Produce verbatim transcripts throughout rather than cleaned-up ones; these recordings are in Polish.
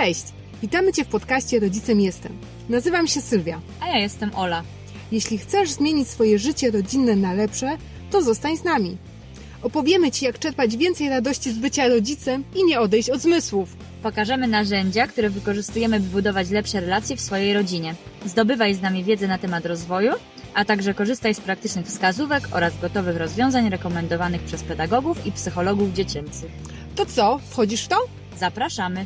Cześć! Witamy Cię w podcaście Rodzicem Jestem. Nazywam się Sylwia. A ja jestem Ola. Jeśli chcesz zmienić swoje życie rodzinne na lepsze, to zostań z nami. Opowiemy Ci, jak czerpać więcej radości z bycia rodzicem i nie odejść od zmysłów. Pokażemy narzędzia, które wykorzystujemy, by budować lepsze relacje w swojej rodzinie. Zdobywaj z nami wiedzę na temat rozwoju, a także korzystaj z praktycznych wskazówek oraz gotowych rozwiązań rekomendowanych przez pedagogów i psychologów dziecięcych. To co, wchodzisz w to? Zapraszamy!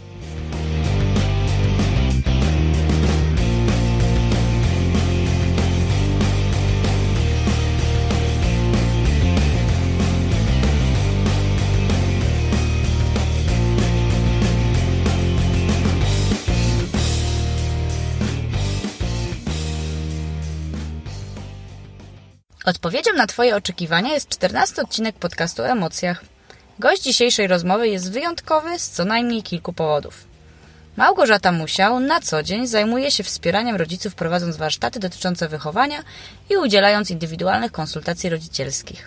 Odpowiedzią na Twoje oczekiwania jest czternasty odcinek podcastu o emocjach. Gość dzisiejszej rozmowy jest wyjątkowy z co najmniej kilku powodów. Małgorzata Musiał na co dzień zajmuje się wspieraniem rodziców, prowadząc warsztaty dotyczące wychowania i udzielając indywidualnych konsultacji rodzicielskich.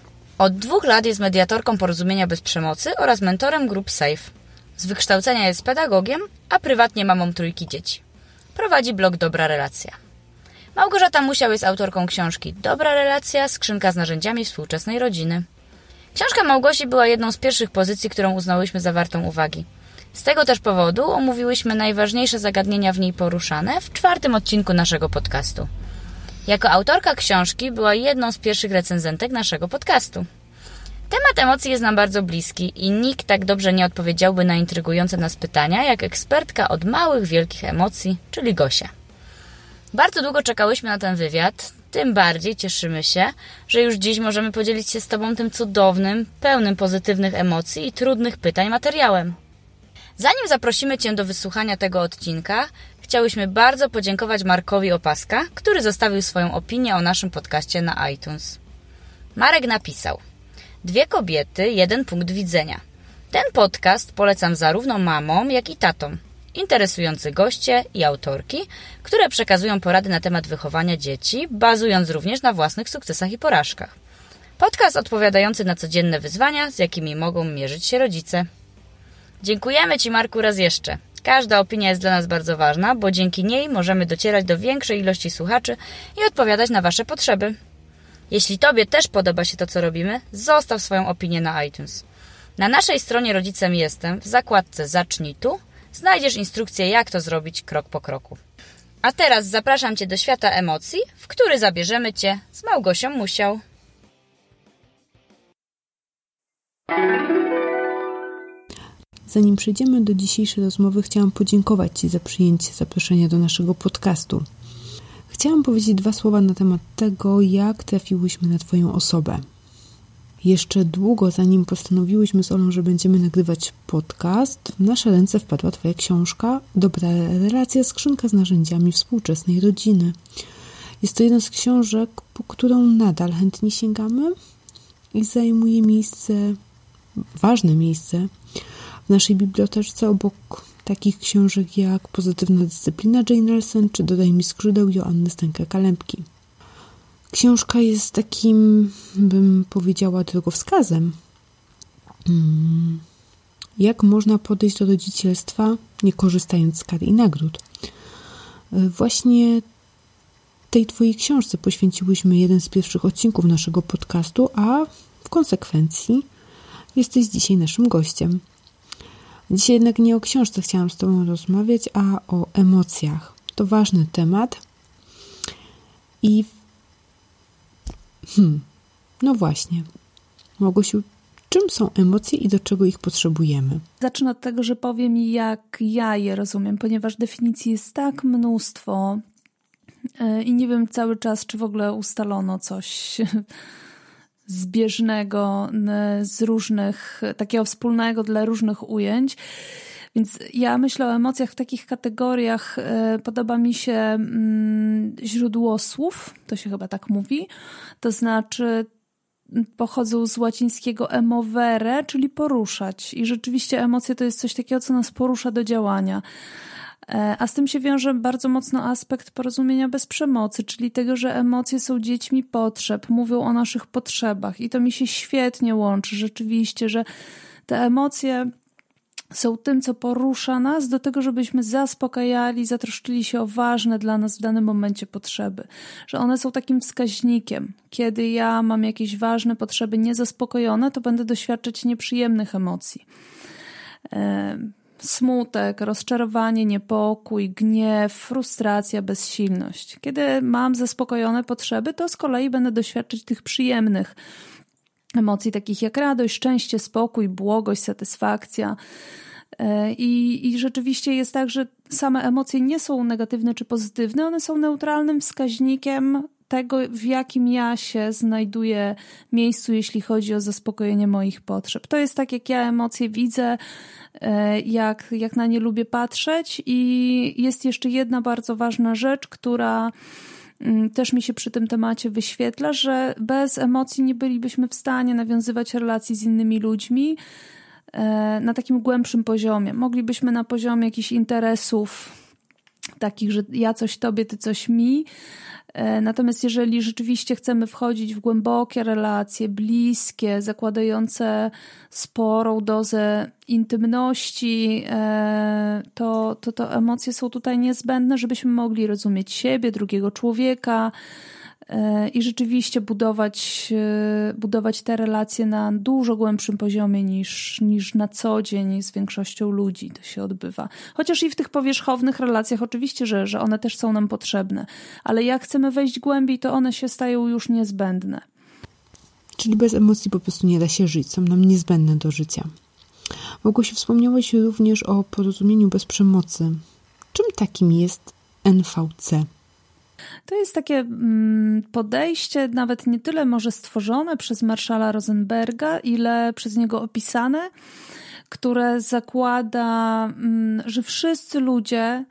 Od dwóch lat jest mediatorką Porozumienia bez przemocy oraz mentorem grup SAFE. Z wykształcenia jest pedagogiem, a prywatnie mamą trójki dzieci. Prowadzi blog Dobra Relacja. Małgorzata Musiał jest autorką książki Dobra Relacja – skrzynka z narzędziami współczesnej rodziny. Książka Małgosi była jedną z pierwszych pozycji, którą uznałyśmy za wartą uwagi. Z tego też powodu omówiłyśmy najważniejsze zagadnienia w niej poruszane w czwartym odcinku naszego podcastu. Jako autorka książki była jedną z pierwszych recenzentek naszego podcastu. Temat emocji jest nam bardzo bliski i nikt tak dobrze nie odpowiedziałby na intrygujące nas pytania, jak ekspertka od małych, wielkich emocji, czyli Gosia. Bardzo długo czekałyśmy na ten wywiad, tym bardziej cieszymy się, że już dziś możemy podzielić się z Tobą tym cudownym, pełnym pozytywnych emocji i trudnych pytań materiałem. Zanim zaprosimy Cię do wysłuchania tego odcinka, chciałyśmy bardzo podziękować Markowi Opaska, który zostawił swoją opinię o naszym podcaście na iTunes. Marek napisał: Dwie kobiety, jeden punkt widzenia. Ten podcast polecam zarówno mamom, jak i tatom. Interesujący goście i autorki, które przekazują porady na temat wychowania dzieci, bazując również na własnych sukcesach i porażkach. Podcast odpowiadający na codzienne wyzwania, z jakimi mogą mierzyć się rodzice. Dziękujemy Ci, Marku, raz jeszcze. Każda opinia jest dla nas bardzo ważna, bo dzięki niej możemy docierać do większej ilości słuchaczy i odpowiadać na Wasze potrzeby. Jeśli Tobie też podoba się to, co robimy, zostaw swoją opinię na iTunes. Na naszej stronie Rodzicem Jestem w zakładce Zacznij tu znajdziesz instrukcję, jak to zrobić krok po kroku. A teraz zapraszam Cię do świata emocji, w który zabierzemy Cię z Małgosią Musiał. Zanim przejdziemy do dzisiejszej rozmowy, chciałam podziękować Ci za przyjęcie zaproszenia do naszego podcastu. Chciałam powiedzieć dwa słowa na temat tego, jak trafiłyśmy na Twoją osobę. Jeszcze długo zanim postanowiłyśmy z Olą, że będziemy nagrywać podcast, w nasze ręce wpadła Twoja książka Dobra Relacja – skrzynka z narzędziami współczesnej rodziny. Jest to jedna z książek, po którą nadal chętnie sięgamy i zajmuje miejsce, ważne miejsce w naszej bibliotece obok takich książek jak Pozytywna dyscyplina Jane Nelsen czy Dodaj mi skrzydeł Joanny Stęka-Kalembki. Książka jest takim, bym powiedziała, drogowskazem. Jak można podejść do rodzicielstwa, nie korzystając z kar i nagród. Właśnie tej Twojej książce poświęciłyśmy jeden z pierwszych odcinków naszego podcastu, a w konsekwencji jesteś dzisiaj naszym gościem. Dzisiaj jednak nie o książce chciałam z Tobą rozmawiać, a o emocjach. To ważny temat i Hmm, no właśnie. Małgosiu, czym są emocje i do czego ich potrzebujemy? Zacznę od tego, że powiem, jak ja je rozumiem, ponieważ definicji jest tak mnóstwo i nie wiem cały czas, czy w ogóle ustalono coś zbieżnego z różnych, takiego wspólnego dla różnych ujęć. Więc ja myślę o emocjach w takich kategoriach. Podoba mi się źródło słów, to się chyba tak mówi, to znaczy pochodzą z łacińskiego emovere, czyli poruszać. I rzeczywiście emocje to jest coś takiego, co nas porusza do działania. A z tym się wiąże bardzo mocno aspekt porozumienia bez przemocy, czyli tego, że emocje są dziećmi potrzeb, mówią o naszych potrzebach i to mi się świetnie łączy rzeczywiście, że te emocje są tym, co porusza nas do tego, żebyśmy zaspokajali, zatroszczyli się o ważne dla nas w danym momencie potrzeby. Że one są takim wskaźnikiem. Kiedy ja mam jakieś ważne potrzeby niezaspokojone, to będę doświadczać nieprzyjemnych emocji. Smutek, rozczarowanie, niepokój, gniew, frustracja, bezsilność. Kiedy mam zaspokojone potrzeby, to z kolei będę doświadczać tych przyjemnych emocji, takich jak radość, szczęście, spokój, błogość, satysfakcja. I, I rzeczywiście jest tak, że same emocje nie są negatywne czy pozytywne, one są neutralnym wskaźnikiem tego, w jakim ja się znajduję miejscu, jeśli chodzi o zaspokojenie moich potrzeb. To jest tak, jak ja emocje widzę, jak, jak na nie lubię patrzeć. I jest jeszcze jedna bardzo ważna rzecz, która też mi się przy tym temacie wyświetla, że bez emocji nie bylibyśmy w stanie nawiązywać relacji z innymi ludźmi na takim głębszym poziomie. Moglibyśmy na poziomie jakichś interesów, takich, że ja coś tobie, ty coś mi. Natomiast jeżeli rzeczywiście chcemy wchodzić w głębokie relacje, bliskie, zakładające sporą dozę intymności, to, to, to emocje są tutaj niezbędne, żebyśmy mogli rozumieć siebie, drugiego człowieka i rzeczywiście budować, budować te relacje na dużo głębszym poziomie niż, niż na co dzień z większością ludzi to się odbywa. Chociaż i w tych powierzchownych relacjach oczywiście, że, że one też są nam potrzebne, ale jak chcemy wejść głębiej, to one się stają już niezbędne. Czyli bez emocji po prostu nie da się żyć, są nam niezbędne do życia. Małgosiu, wspomniałeś również o porozumieniu bez przemocy. Czym takim jest N V C? To jest takie podejście nawet nie tyle może stworzone przez Marshalla Rosenberga, ile przez niego opisane, które zakłada, że wszyscy ludzie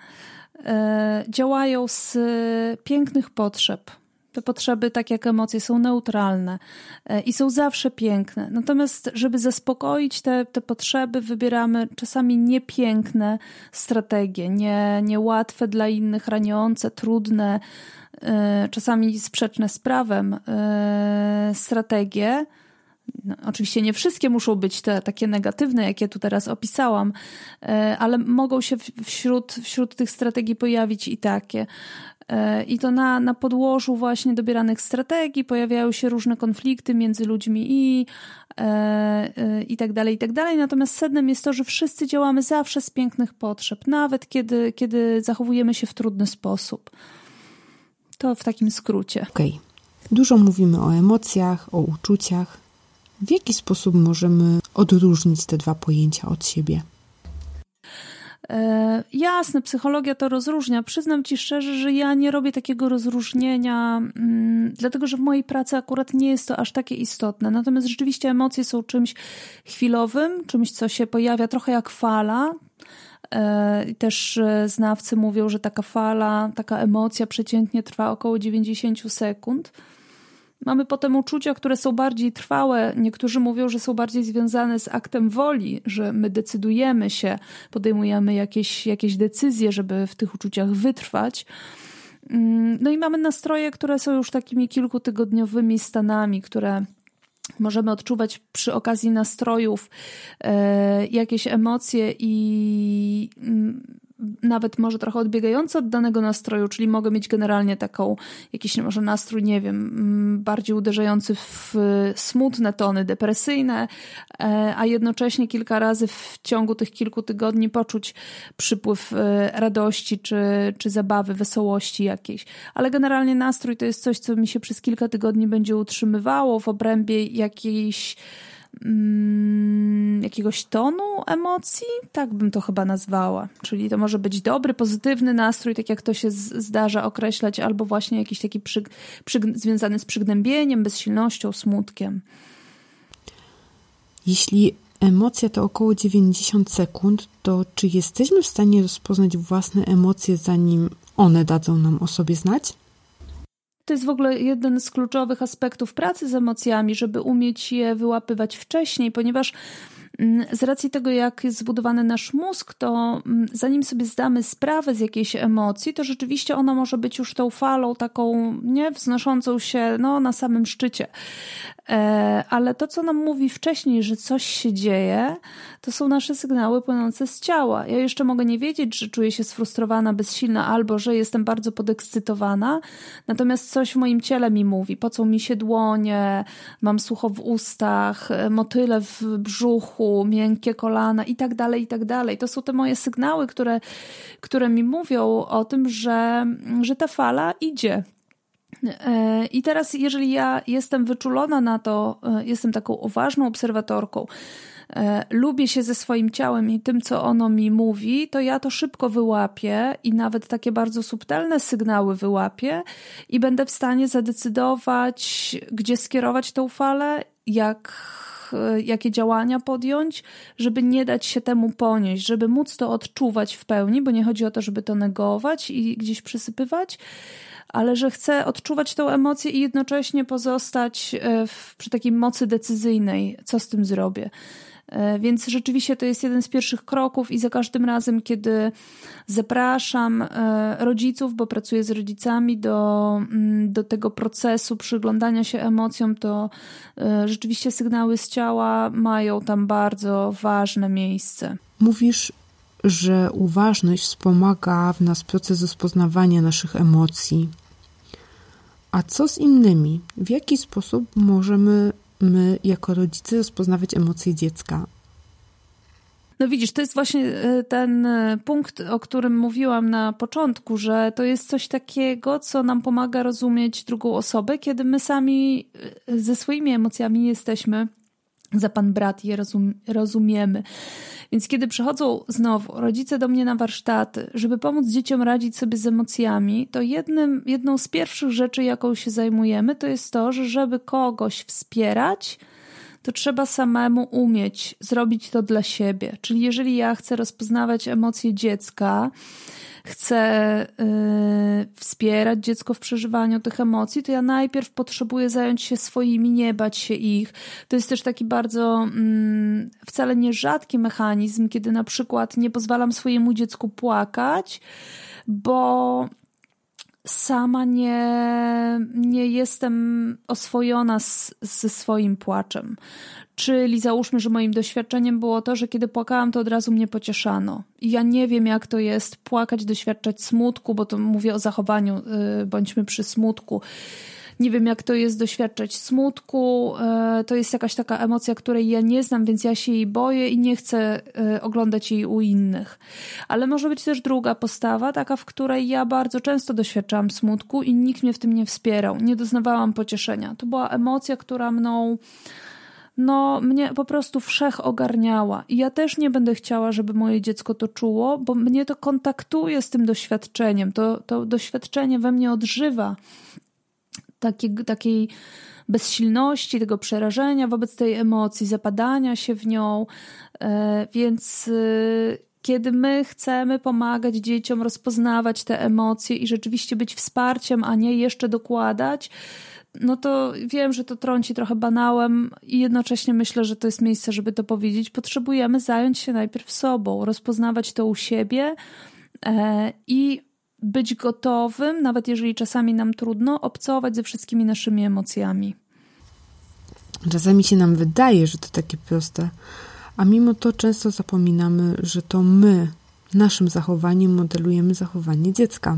działają z pięknych potrzeb. Te potrzeby, tak jak emocje, są neutralne i są zawsze piękne. Natomiast, żeby zaspokoić te, te potrzeby, wybieramy czasami niepiękne strategie, nie, niełatwe dla innych, raniące, trudne, czasami sprzeczne z prawem strategie. No, oczywiście nie wszystkie muszą być te takie negatywne, jakie tu teraz opisałam, ale mogą się wśród, wśród tych strategii pojawić i takie. I to na, na podłożu właśnie dobieranych strategii pojawiają się różne konflikty między ludźmi i, i tak dalej, i tak dalej. Natomiast sednem jest to, że wszyscy działamy zawsze z pięknych potrzeb, nawet kiedy, kiedy zachowujemy się w trudny sposób. To w takim skrócie. Okej. Okay. Dużo mówimy o emocjach, o uczuciach. W jaki sposób możemy odróżnić te dwa pojęcia od siebie? E, jasne, psychologia to rozróżnia. Przyznam ci szczerze, że ja nie robię takiego rozróżnienia, mm, dlatego że w mojej pracy akurat nie jest to aż takie istotne. Natomiast rzeczywiście emocje są czymś chwilowym, czymś, co się pojawia trochę jak fala. E, też znawcy mówią, że taka fala, taka emocja przeciętnie trwa około dziewięćdziesiąt sekund. Mamy potem uczucia, które są bardziej trwałe. Niektórzy mówią, że są bardziej związane z aktem woli, że my decydujemy się, podejmujemy jakieś, jakieś decyzje, żeby w tych uczuciach wytrwać. No i mamy nastroje, które są już takimi kilkutygodniowymi stanami, które możemy odczuwać przy okazji nastrojów, e, jakieś emocje i nawet może trochę odbiegające od danego nastroju, czyli mogę mieć generalnie taką, jakiś może nastrój, nie wiem, bardziej uderzający w smutne tony, depresyjne, a jednocześnie kilka razy w ciągu tych kilku tygodni poczuć przypływ radości czy, czy zabawy, wesołości jakiejś. Ale generalnie nastrój to jest coś, co mi się przez kilka tygodni będzie utrzymywało w obrębie jakiejś jakiegoś tonu emocji, tak bym to chyba nazwała. Czyli to może być dobry, pozytywny nastrój, tak jak to się z- zdarza określać, albo właśnie jakiś taki przyg- przyg- związany z przygnębieniem, bezsilnością, smutkiem. Jeśli emocja to około dziewięćdziesiąt sekund, to czy jesteśmy w stanie rozpoznać własne emocje, zanim one dadzą nam o sobie znać? To jest w ogóle jeden z kluczowych aspektów pracy z emocjami, żeby umieć je wyłapywać wcześniej, ponieważ z racji tego, jak jest zbudowany nasz mózg, to zanim sobie zdamy sprawę z jakiejś emocji, to rzeczywiście ona może być już tą falą taką, nie, wznoszącą się no, na samym szczycie. Ale to, co nam mówi wcześniej, że coś się dzieje, to są nasze sygnały płynące z ciała. Ja jeszcze mogę nie wiedzieć, że czuję się sfrustrowana, bezsilna, albo że jestem bardzo podekscytowana, natomiast coś w moim ciele mi mówi. Pocą mi się dłonie, mam sucho w ustach, motyle w brzuchu, miękkie kolana i tak dalej, i tak dalej. To są te moje sygnały, które, które mi mówią o tym, że, że ta fala idzie. I teraz, jeżeli ja jestem wyczulona na to, jestem taką uważną obserwatorką, lubię się ze swoim ciałem i tym, co ono mi mówi, to ja to szybko wyłapię i nawet takie bardzo subtelne sygnały wyłapię i będę w stanie zadecydować, gdzie skierować tą falę, jak, jakie działania podjąć, żeby nie dać się temu ponieść, żeby móc to odczuwać w pełni, bo nie chodzi o to, żeby to negować i gdzieś przysypywać, ale że chcę odczuwać tą emocję i jednocześnie pozostać w, przy takiej mocy decyzyjnej, co z tym zrobię. Więc rzeczywiście to jest jeden z pierwszych kroków i za każdym razem, kiedy zapraszam rodziców, bo pracuję z rodzicami do, do tego procesu przyglądania się emocjom, to rzeczywiście sygnały z ciała mają tam bardzo ważne miejsce. Mówisz, że uważność wspomaga w nas proces rozpoznawania naszych emocji. A co z innymi? W jaki sposób możemy my jako rodzice rozpoznawać emocje dziecka? No widzisz, to jest właśnie ten punkt, o którym mówiłam na początku, że to jest coś takiego, co nam pomaga rozumieć drugą osobę, kiedy my sami ze swoimi emocjami jesteśmy za pan brat, je rozum, rozumiemy. Więc kiedy przychodzą znowu rodzice do mnie na warsztaty, żeby pomóc dzieciom radzić sobie z emocjami, to jednym, jedną z pierwszych rzeczy, jaką się zajmujemy, to jest to, że żeby kogoś wspierać, to trzeba samemu umieć zrobić to dla siebie. Czyli jeżeli ja chcę rozpoznawać emocje dziecka, chcę yy, wspierać dziecko w przeżywaniu tych emocji, to ja najpierw potrzebuję zająć się swoimi, nie bać się ich. To jest też taki bardzo yy, wcale nie rzadki mechanizm, kiedy na przykład nie pozwalam swojemu dziecku płakać, bo sama nie, nie jestem oswojona z, ze swoim płaczem. Czyli załóżmy, że moim doświadczeniem było to, że kiedy płakałam, to od razu mnie pocieszano. I ja nie wiem, jak to jest płakać, doświadczać smutku, bo to mówię o zachowaniu, yy, bądźmy przy smutku. Nie wiem, jak to jest doświadczać smutku. Yy, to jest jakaś taka emocja, której ja nie znam, więc ja się jej boję i nie chcę yy, oglądać jej u innych. Ale może być też druga postawa, taka, w której ja bardzo często doświadczałam smutku i nikt mnie w tym nie wspierał. Nie doznawałam pocieszenia. To była emocja, która mną no mnie po prostu wszech ogarniała. I ja też nie będę chciała, żeby moje dziecko to czuło, bo mnie to kontaktuje z tym doświadczeniem. To, to doświadczenie we mnie odżywa takiej, takiej bezsilności, tego przerażenia wobec tej emocji, zapadania się w nią. E, więc y, kiedy my chcemy pomagać dzieciom rozpoznawać te emocje i rzeczywiście być wsparciem, a nie jeszcze dokładać, no to wiem, że to trąci trochę banałem i jednocześnie myślę, że to jest miejsce, żeby to powiedzieć. Potrzebujemy zająć się najpierw sobą, rozpoznawać to u siebie e, i być gotowym, nawet jeżeli czasami nam trudno, obcować ze wszystkimi naszymi emocjami. Czasami się nam wydaje, że to takie proste, a mimo to często zapominamy, że to my naszym zachowaniem modelujemy zachowanie dziecka.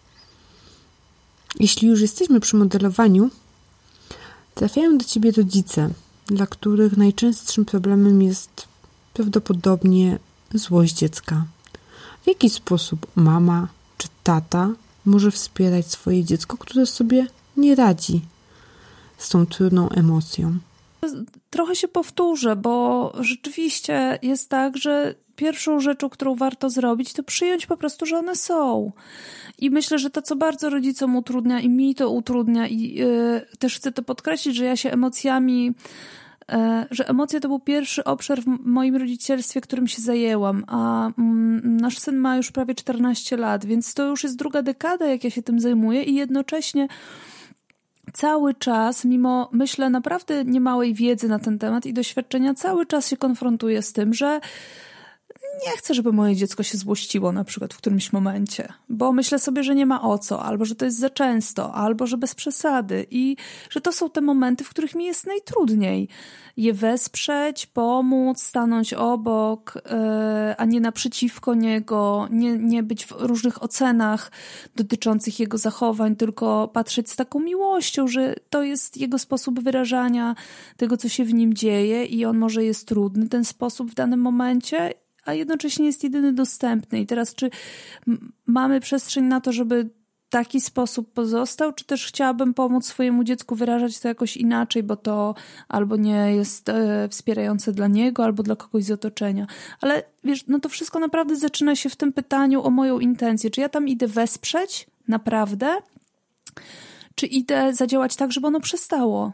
Jeśli już jesteśmy przy modelowaniu, trafiają do ciebie rodzice, dla których najczęstszym problemem jest prawdopodobnie złość dziecka. W jaki sposób mama czy tata może wspierać swoje dziecko, które sobie nie radzi z tą trudną emocją? Trochę się powtórzę, bo rzeczywiście jest tak, że pierwszą rzeczą, którą warto zrobić, to przyjąć po prostu, że one są. I myślę, że to, co bardzo rodzicom utrudnia i mi to utrudnia i yy, też chcę to podkreślić, że ja się emocjami, yy, że emocje to był pierwszy obszar w moim rodzicielstwie, którym się zajęłam, a yy, nasz syn ma już prawie czternaście lat, więc to już jest druga dekada, jak ja się tym zajmuję i jednocześnie cały czas, mimo myślę naprawdę niemałej wiedzy na ten temat i doświadczenia, cały czas się konfrontuję z tym, że nie chcę, żeby moje dziecko się złościło na przykład w którymś momencie, bo myślę sobie, że nie ma o co, albo że to jest za często, albo że bez przesady i że to są te momenty, w których mi jest najtrudniej je wesprzeć, pomóc, stanąć obok, yy, a nie naprzeciwko niego, nie, nie być w różnych ocenach dotyczących jego zachowań, tylko patrzeć z taką miłością, że to jest jego sposób wyrażania tego, co się w nim dzieje i on może jest trudny, ten sposób w danym momencie, a jednocześnie jest jedyny dostępny. I teraz czy m- mamy przestrzeń na to, żeby taki sposób pozostał, czy też chciałabym pomóc swojemu dziecku wyrażać to jakoś inaczej, bo to albo nie jest e, wspierające dla niego, albo dla kogoś z otoczenia. Ale wiesz, no to wszystko naprawdę zaczyna się w tym pytaniu o moją intencję. Czy ja tam idę wesprzeć naprawdę, czy idę zadziałać tak, żeby ono przestało?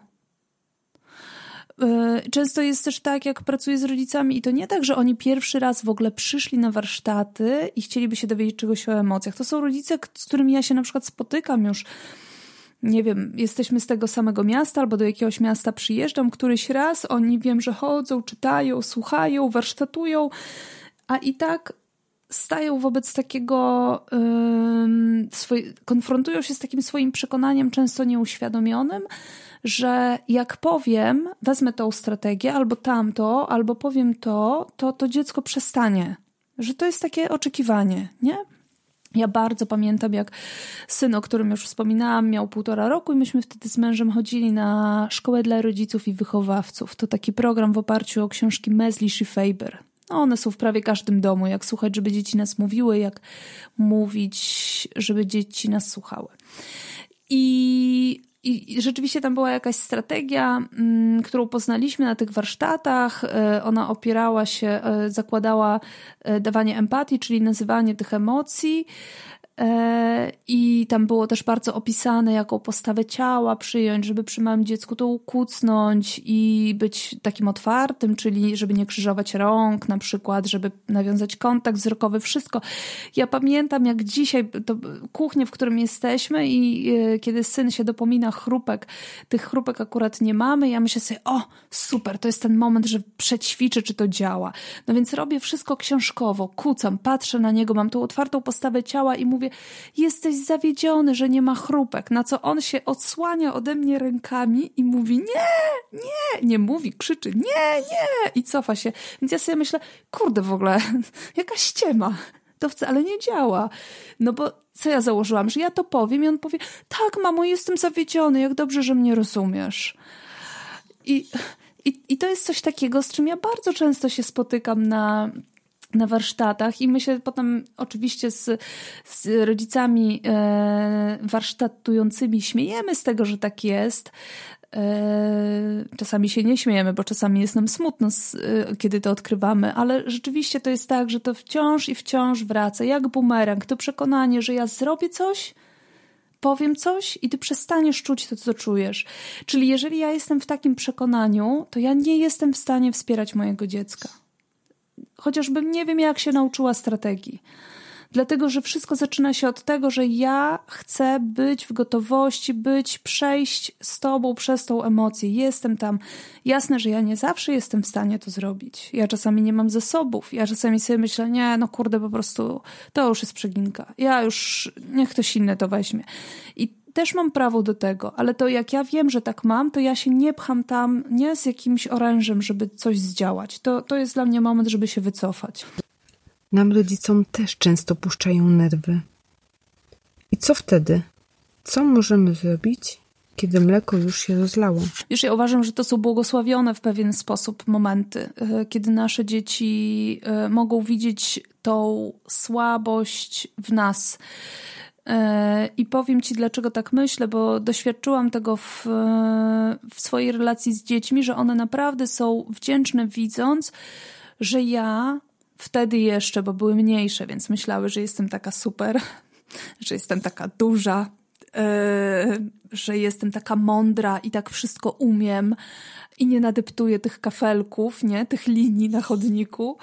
Często jest też tak, jak pracuję z rodzicami i to nie tak, że oni pierwszy raz w ogóle przyszli na warsztaty i chcieliby się dowiedzieć czegoś o emocjach. To są rodzice, z którymi ja się na przykład spotykam już, nie wiem, jesteśmy z tego samego miasta albo do jakiegoś miasta przyjeżdżam któryś raz, oni wiem, że chodzą, czytają, słuchają, warsztatują, a i tak stają wobec takiego, yy, swoje, konfrontują się z takim swoim przekonaniem często nieuświadomionym, że jak powiem, wezmę tą strategię, albo tamto, albo powiem to, to to dziecko przestanie. Że to jest takie oczekiwanie, nie? Ja bardzo pamiętam, jak syn, o którym już wspominałam, miał półtora roku i myśmy wtedy z mężem chodzili na szkołę dla rodziców i wychowawców. To taki program w oparciu o książki Meslish i Faber. One są w prawie każdym domu. Jak słuchać, żeby dzieci nas mówiły, jak mówić, żeby dzieci nas słuchały. I I rzeczywiście tam była jakaś strategia, m, którą poznaliśmy na tych warsztatach. E, ona opierała się, e, zakładała e, dawanie empatii, czyli nazywanie tych emocji. E, I tam było też bardzo opisane, jaką postawę ciała przyjąć, żeby przy małym dziecku to ukucnąć i być takim otwartym, czyli żeby nie krzyżować rąk na przykład, żeby nawiązać kontakt wzrokowy, wszystko. Ja pamiętam, jak dzisiaj to kuchnię, w którym jesteśmy i e, kiedy syn się dopomina chrupek, tych chrupek akurat nie mamy, ja myślę sobie, o super, to jest ten moment, że przećwiczę, czy to działa. No więc robię wszystko książkowo, kucam, patrzę na niego, mam tą otwartą postawę ciała i mówię, jesteś zawiedziony, że nie ma chrupek, na co on się odsłania ode mnie rękami i mówi nie, nie, nie mówi, krzyczy nie, nie i cofa się. Więc ja sobie myślę, kurde w ogóle, jaka ściema, to wcale nie działa. No bo co ja założyłam, że ja to powiem i on powie, tak mamo, jestem zawiedziony, jak dobrze, że mnie rozumiesz. I, i, i to jest coś takiego, z czym ja bardzo często się spotykam na na warsztatach i my się potem oczywiście z, z rodzicami e, warsztatującymi śmiejemy z tego, że tak jest. E, czasami się nie śmiejemy, bo czasami jest nam smutno, z, e, kiedy to odkrywamy, ale rzeczywiście to jest tak, że to wciąż i wciąż wraca, jak bumerang, to przekonanie, że ja zrobię coś, powiem coś i ty przestaniesz czuć to, co czujesz. Czyli jeżeli ja jestem w takim przekonaniu, to ja nie jestem w stanie wspierać mojego dziecka. Chociażbym nie wiem, jak się nauczyła strategii. Dlatego, że wszystko zaczyna się od tego, że ja chcę być w gotowości, być, przejść z tobą przez tą emocję. Jestem tam. Jasne, że ja nie zawsze jestem w stanie to zrobić. Ja czasami nie mam zasobów. Ja czasami sobie myślę, nie, no kurde, po prostu to już jest przeginka. Ja już, niech ktoś inny to weźmie. I też mam prawo do tego, ale to jak ja wiem, że tak mam, to ja się nie pcham tam, nie z jakimś orężem, żeby coś zdziałać. To, to jest dla mnie moment, żeby się wycofać. Nam rodzicom też często puszczają nerwy. I co wtedy? Co możemy zrobić, kiedy mleko już się rozlało? Wiesz, ja uważam, że to są błogosławione w pewien sposób momenty, kiedy nasze dzieci mogą widzieć tą słabość w nas. I powiem ci, dlaczego tak myślę, bo doświadczyłam tego w, w swojej relacji z dziećmi, że one naprawdę są wdzięczne, widząc, że ja wtedy jeszcze, bo były mniejsze, więc myślały, że jestem taka super, że jestem taka duża, yy, że jestem taka mądra i tak wszystko umiem i nie nadeptuję tych kafelków, nie, tych linii na chodniku.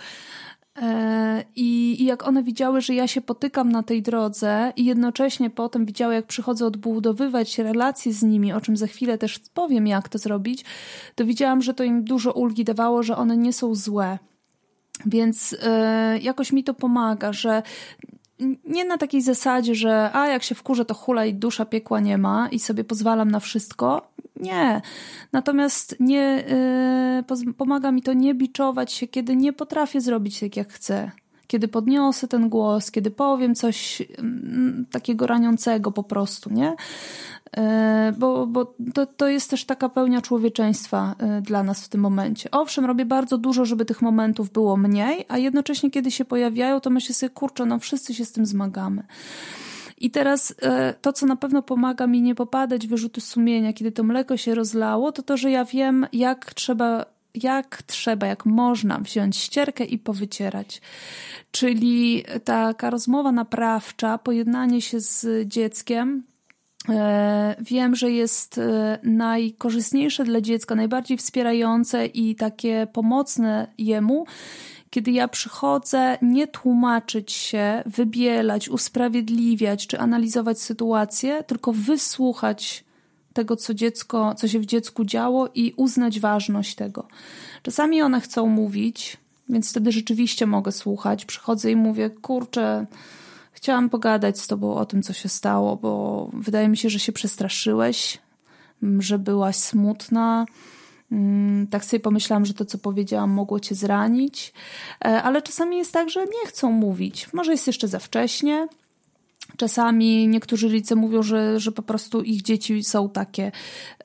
I, I jak one widziały, że ja się potykam na tej drodze i jednocześnie potem widziały, jak przychodzę odbudowywać relacje z nimi, o czym za chwilę też powiem, jak to zrobić, to widziałam, że to im dużo ulgi dawało, że one nie są złe. Więc yy, jakoś mi to pomaga, że nie na takiej zasadzie, że a jak się wkurzę, to hula i dusza, piekła nie ma i sobie pozwalam na wszystko. Nie. Natomiast nie yy, pomaga mi to nie biczować się, kiedy nie potrafię zrobić tak, jak chcę. Kiedy podniosę ten głos, kiedy powiem coś yy, takiego raniącego po prostu, nie? Yy, bo bo to, to jest też taka pełnia człowieczeństwa yy, dla nas w tym momencie. Owszem, robię bardzo dużo, żeby tych momentów było mniej, a jednocześnie kiedy się pojawiają, to myślę sobie, kurczę, no wszyscy się z tym zmagamy. I teraz to, co na pewno pomaga mi nie popadać w wyrzuty sumienia, kiedy to mleko się rozlało, to to, że ja wiem, jak trzeba, jak trzeba, jak można wziąć ścierkę i powycierać. Czyli taka rozmowa naprawcza, pojednanie się z dzieckiem, wiem, że jest najkorzystniejsze dla dziecka, najbardziej wspierające i takie pomocne jemu, kiedy ja przychodzę nie tłumaczyć się, wybielać, usprawiedliwiać czy analizować sytuację, tylko wysłuchać tego, co dziecko, co się w dziecku działo i uznać ważność tego. Czasami one chcą mówić, więc wtedy rzeczywiście mogę słuchać. Przychodzę i mówię, kurczę, chciałam pogadać z tobą o tym, co się stało, bo wydaje mi się, że się przestraszyłeś, że byłaś smutna. Tak sobie pomyślałam, że to, co powiedziałam, mogło cię zranić, ale czasami jest tak, że nie chcą mówić. Może jest jeszcze za wcześnie. Czasami niektórzy rodzice mówią, że, że po prostu ich dzieci są takie,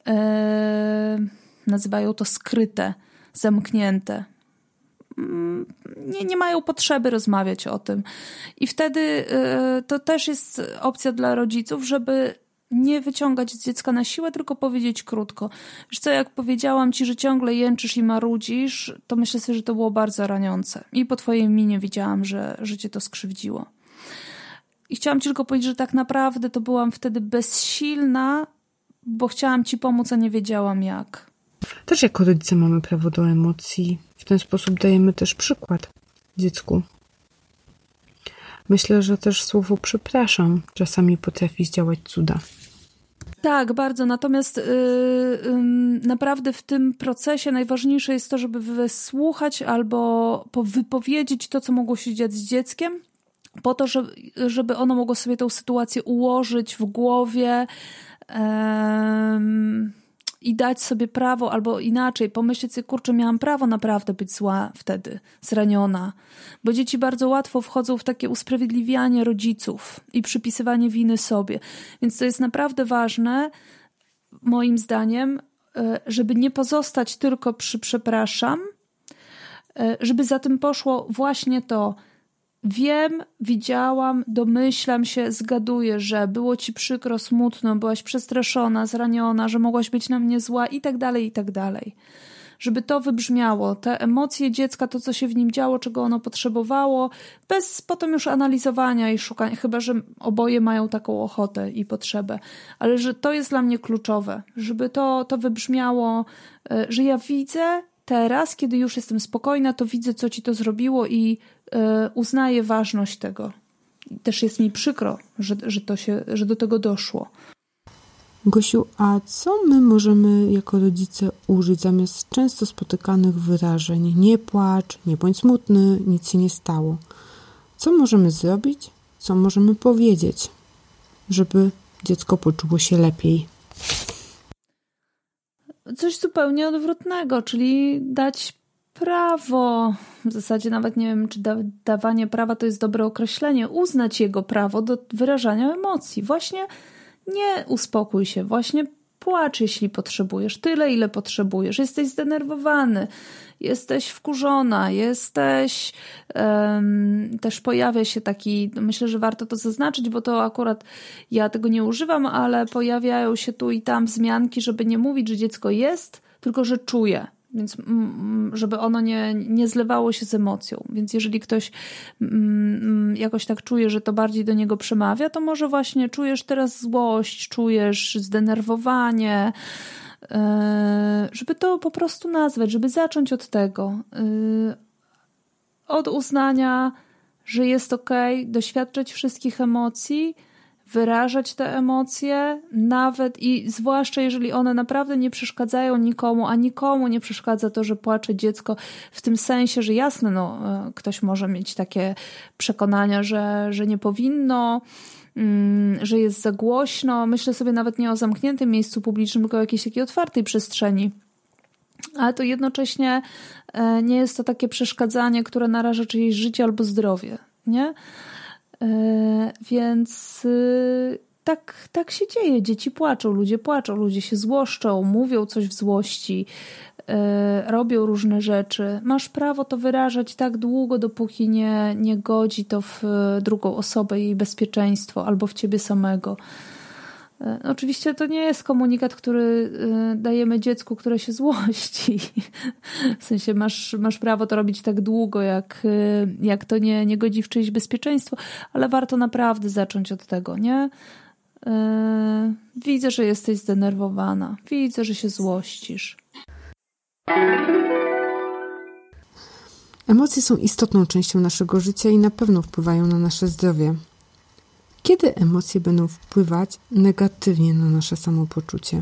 e, nazywają to skryte, zamknięte. Nie, nie mają potrzeby rozmawiać o tym. I wtedy e, to też jest opcja dla rodziców, żeby nie wyciągać z dziecka na siłę, tylko powiedzieć krótko. Wiesz co, jak powiedziałam ci, że ciągle jęczysz i marudzisz, to myślę sobie, że to było bardzo raniące. I po twojej minie widziałam, że, że cię to skrzywdziło. I chciałam ci tylko powiedzieć, że tak naprawdę to byłam wtedy bezsilna, bo chciałam ci pomóc, a nie wiedziałam jak. Też jako rodzice mamy prawo do emocji. W ten sposób dajemy też przykład dziecku. Myślę, że też słowo przepraszam czasami potrafi zdziałać cuda. Tak, bardzo. Natomiast yy, yy, naprawdę w tym procesie najważniejsze jest to, żeby wysłuchać albo wypowiedzieć to, co mogło się dziać z dzieckiem, po to, żeby, żeby ono mogło sobie tę sytuację ułożyć w głowie yy, i dać sobie prawo, albo inaczej, pomyśleć sobie, kurczę, miałam prawo naprawdę być zła wtedy, zraniona. Bo dzieci bardzo łatwo wchodzą w takie usprawiedliwianie rodziców i przypisywanie winy sobie. Więc to jest naprawdę ważne, moim zdaniem, żeby nie pozostać tylko przy przepraszam, żeby za tym poszło właśnie to, wiem, widziałam, domyślam się, zgaduję, że było ci przykro, smutno, byłaś przestraszona, zraniona, że mogłaś być na mnie zła i tak dalej, i tak dalej. Żeby to wybrzmiało, te emocje dziecka, to co się w nim działo, czego ono potrzebowało, bez potem już analizowania i szukania, chyba że oboje mają taką ochotę i potrzebę. Ale że to jest dla mnie kluczowe, żeby to, to wybrzmiało, że ja widzę teraz, kiedy już jestem spokojna, to widzę, co ci to zrobiło i uznaję ważność tego. I też jest mi przykro, że, że, to się, że do tego doszło. Gosiu, a co my możemy jako rodzice użyć zamiast często spotykanych wyrażeń? Nie płacz, nie bądź smutny, nic się nie stało. Co możemy zrobić? Co możemy powiedzieć, żeby dziecko poczuło się lepiej? Coś zupełnie odwrotnego, czyli dać prawo, w zasadzie nawet nie wiem, czy da, dawanie prawa to jest dobre określenie, uznać jego prawo do wyrażania emocji. Właśnie nie uspokój się, właśnie płacz, jeśli potrzebujesz, tyle, ile potrzebujesz. Jesteś zdenerwowany, jesteś wkurzona, jesteś... Um, też pojawia się taki, myślę, że warto to zaznaczyć, bo to akurat ja tego nie używam, ale pojawiają się tu i tam wzmianki, żeby nie mówić, że dziecko jest, tylko że czuje. Więc żeby ono nie, nie zlewało się z emocją. Więc jeżeli ktoś mm, jakoś tak czuje, że to bardziej do niego przemawia, to może właśnie czujesz teraz złość, czujesz zdenerwowanie, yy, żeby to po prostu nazwać, żeby zacząć od tego. Yy, od uznania, że jest okej, doświadczać wszystkich emocji, wyrażać te emocje, nawet i zwłaszcza jeżeli one naprawdę nie przeszkadzają nikomu, a nikomu nie przeszkadza to, że płacze dziecko, w tym sensie, że jasne, no, ktoś może mieć takie przekonania, że, że nie powinno, że jest za głośno. Myślę sobie nawet nie o zamkniętym miejscu publicznym, tylko o jakiejś takiej otwartej przestrzeni. Ale to jednocześnie nie jest to takie przeszkadzanie, które naraża czyjeś życie albo zdrowie, nie? Więc tak, tak się dzieje. Dzieci płaczą, ludzie płaczą, ludzie się złoszczą, mówią coś w złości, robią różne rzeczy. Masz prawo to wyrażać tak długo, dopóki nie, nie godzi to w drugą osobę, jej bezpieczeństwo albo w ciebie samego. Oczywiście to nie jest komunikat, który dajemy dziecku, które się złości. W sensie masz, masz prawo to robić tak długo, jak, jak to nie, nie godzi w czyjeś bezpieczeństwo, ale warto naprawdę zacząć od tego, nie? Widzę, że jesteś zdenerwowana. Widzę, że się złościsz. Emocje są istotną częścią naszego życia i na pewno wpływają na nasze zdrowie. Kiedy emocje będą wpływać negatywnie na nasze samopoczucie?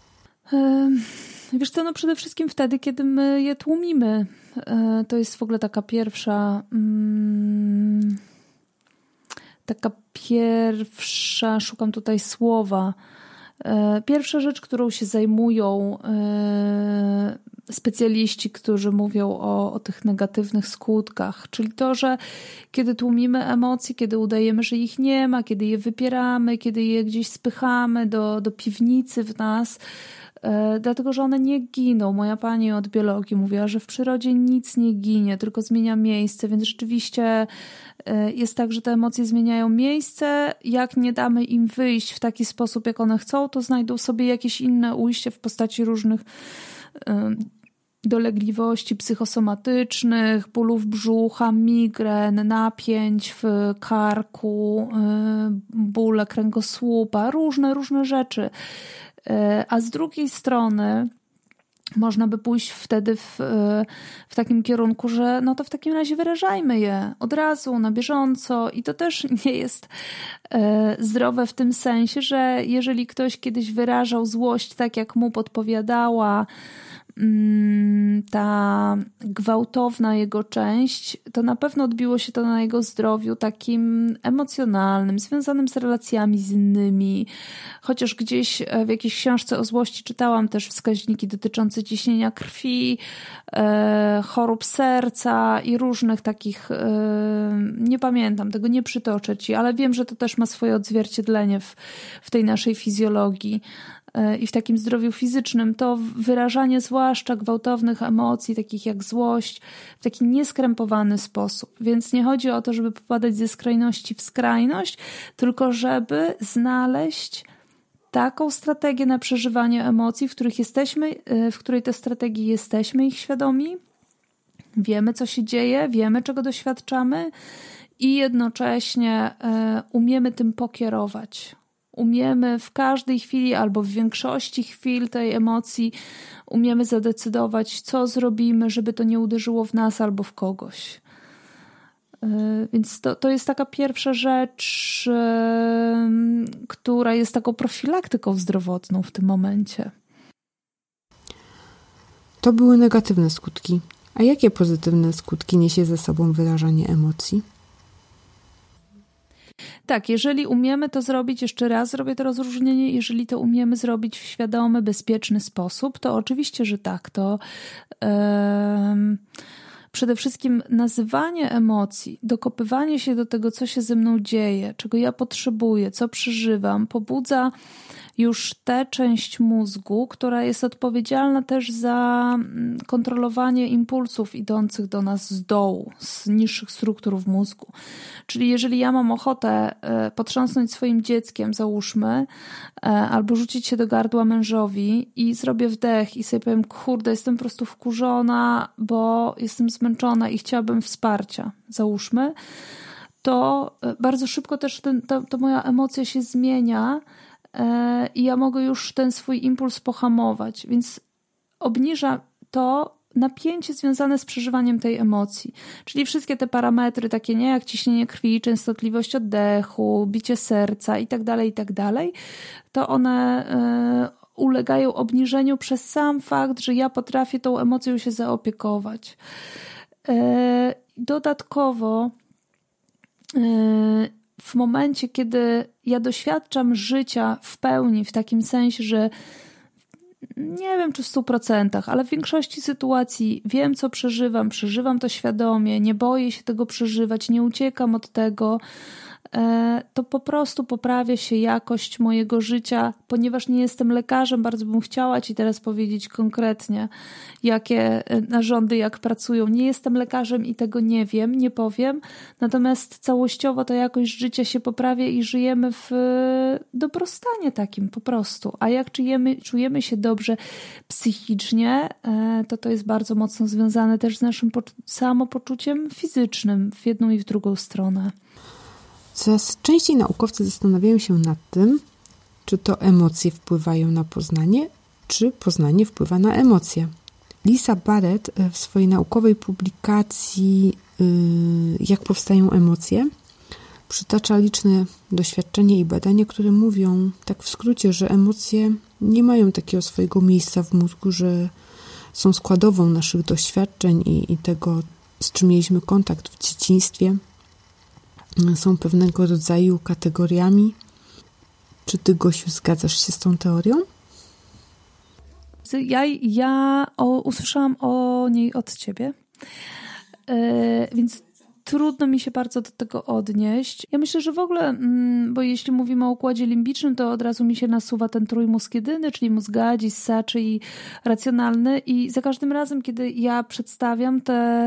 Wiesz co, no przede wszystkim wtedy, kiedy my je tłumimy. To jest w ogóle taka pierwsza mm, taka pierwsza, szukam tutaj słowa, pierwsza rzecz, którą się zajmują specjaliści, którzy mówią o, o tych negatywnych skutkach, czyli to, że kiedy tłumimy emocje, kiedy udajemy, że ich nie ma, kiedy je wypieramy, kiedy je gdzieś spychamy do, do piwnicy w nas, e, dlatego, że one nie giną. Moja pani od biologii mówiła, że w przyrodzie nic nie ginie, tylko zmienia miejsce, więc rzeczywiście e, jest tak, że te emocje zmieniają miejsce. Jak nie damy im wyjść w taki sposób, jak one chcą, to znajdą sobie jakieś inne ujście w postaci różnych dolegliwości psychosomatycznych, bólów brzucha, migren, napięć w karku, bóle kręgosłupa, różne, różne rzeczy. A z drugiej strony można by pójść wtedy w, w takim kierunku, że no to w takim razie wyrażajmy je od razu, na bieżąco i to też nie jest zdrowe w tym sensie, że jeżeli ktoś kiedyś wyrażał złość tak, jak mu podpowiadała ta gwałtowna jego część, to na pewno odbiło się to na jego zdrowiu takim emocjonalnym, związanym z relacjami z innymi. Chociaż gdzieś w jakiejś książce o złości czytałam też wskaźniki dotyczące ciśnienia krwi, chorób serca i różnych takich, nie pamiętam, tego nie przytoczę ci, ale wiem, że to też ma swoje odzwierciedlenie w, w tej naszej fizjologii i w takim zdrowiu fizycznym, to wyrażanie zwłaszcza gwałtownych emocji, takich jak złość, w taki nieskrępowany sposób. Więc nie chodzi o to, żeby popadać ze skrajności w skrajność, tylko żeby znaleźć taką strategię na przeżywanie emocji, w których jesteśmy, w której te strategii jesteśmy ich świadomi, wiemy, co się dzieje, wiemy, czego doświadczamy i jednocześnie umiemy tym pokierować. Umiemy w każdej chwili albo w większości chwil tej emocji umiemy zadecydować, co zrobimy, żeby to nie uderzyło w nas albo w kogoś. Więc to, to jest taka pierwsza rzecz, która jest taką profilaktyką zdrowotną w tym momencie. To były negatywne skutki. A jakie pozytywne skutki niesie ze sobą wyrażanie emocji? Tak, jeżeli umiemy to zrobić, jeszcze raz zrobię to rozróżnienie, jeżeli to umiemy zrobić w świadomy, bezpieczny sposób, to oczywiście, że tak, to yy, przede wszystkim nazywanie emocji, dokopywanie się do tego, co się ze mną dzieje, czego ja potrzebuję, co przeżywam, pobudza już tę część mózgu, która jest odpowiedzialna też za kontrolowanie impulsów idących do nas z dołu, z niższych struktur w mózgu. Czyli jeżeli ja mam ochotę potrząsnąć swoim dzieckiem, załóżmy, albo rzucić się do gardła mężowi i zrobię wdech i sobie powiem, kurde, jestem po prostu wkurzona, bo jestem zmęczona i chciałabym wsparcia, załóżmy, to bardzo szybko też ten, to, to moja emocja się zmienia i ja mogę już ten swój impuls pohamować, więc obniża to napięcie związane z przeżywaniem tej emocji. Czyli wszystkie te parametry takie, nie, jak ciśnienie krwi, częstotliwość oddechu, bicie serca i tak dalej, i tak dalej, to one y, ulegają obniżeniu przez sam fakt, że ja potrafię tą emocją się zaopiekować. Y, dodatkowo y, w momencie, kiedy ja doświadczam życia w pełni, w takim sensie, że nie wiem, czy w stu procentach, ale w większości sytuacji wiem, co przeżywam, przeżywam to świadomie, nie boję się tego przeżywać, nie uciekam od tego, to po prostu poprawia się jakość mojego życia, ponieważ nie jestem lekarzem, bardzo bym chciała Ci teraz powiedzieć konkretnie, jakie narządy jak pracują. Nie jestem lekarzem i tego nie wiem, nie powiem, natomiast całościowo ta jakość życia się poprawia i żyjemy w dobrostanie takim po prostu. A jak czujemy, czujemy się dobrze psychicznie, to to jest bardzo mocno związane też z naszym samopoczuciem fizycznym w jedną i w drugą stronę. Coraz częściej naukowcy zastanawiają się nad tym, czy to emocje wpływają na poznanie, czy poznanie wpływa na emocje. Lisa Barrett w swojej naukowej publikacji Jak powstają emocje przytacza liczne doświadczenia i badania, które mówią tak w skrócie, że emocje nie mają takiego swojego miejsca w mózgu, że są składową naszych doświadczeń i, i tego, z czym mieliśmy kontakt w dzieciństwie. Są pewnego rodzaju kategoriami. Czy ty, Gosiu, zgadzasz się z tą teorią? Ja, ja o, usłyszałam o niej od ciebie, yy, więc trudno mi się bardzo do tego odnieść. Ja myślę, że w ogóle, bo jeśli mówimy o układzie limbicznym, to od razu mi się nasuwa ten trójmózg jedyny, czyli mózg gadzi, ssaczy i racjonalny. I za każdym razem, kiedy ja przedstawiam te,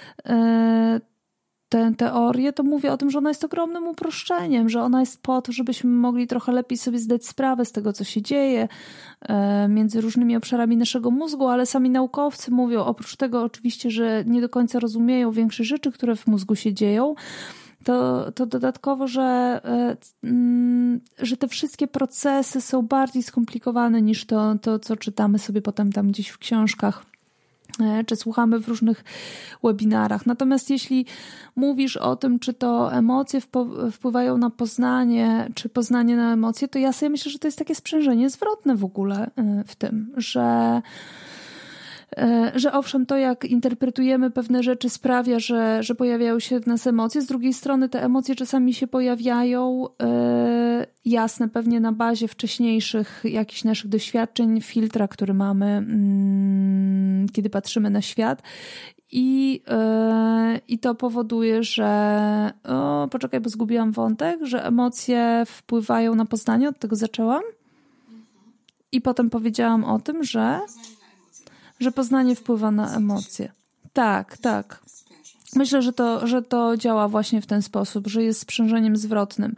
tę teorię, to mówię o tym, że ona jest ogromnym uproszczeniem, że ona jest po to, żebyśmy mogli trochę lepiej sobie zdać sprawę z tego, co się dzieje między różnymi obszarami naszego mózgu, ale sami naukowcy mówią, oprócz tego oczywiście, że nie do końca rozumieją większość rzeczy, które w mózgu się dzieją, to, to dodatkowo, że, że te wszystkie procesy są bardziej skomplikowane niż to, to, co czytamy sobie potem tam gdzieś w książkach, czy słuchamy w różnych webinarach. Natomiast jeśli mówisz o tym, czy to emocje wpływają na poznanie, czy poznanie na emocje, to ja sobie myślę, że to jest takie sprzężenie zwrotne w ogóle w tym, że że owszem, to jak interpretujemy pewne rzeczy sprawia, że, że pojawiają się w nas emocje. Z drugiej strony te emocje czasami się pojawiają, yy, jasne, pewnie na bazie wcześniejszych jakichś naszych doświadczeń, filtra, który mamy, yy, kiedy patrzymy na świat. I, yy, I to powoduje, że o, poczekaj, bo zgubiłam wątek, że emocje wpływają na poznanie, od tego zaczęłam. I potem powiedziałam o tym, że że poznanie wpływa na emocje. Tak, tak. Myślę, że to, że to działa właśnie w ten sposób, że jest sprzężeniem zwrotnym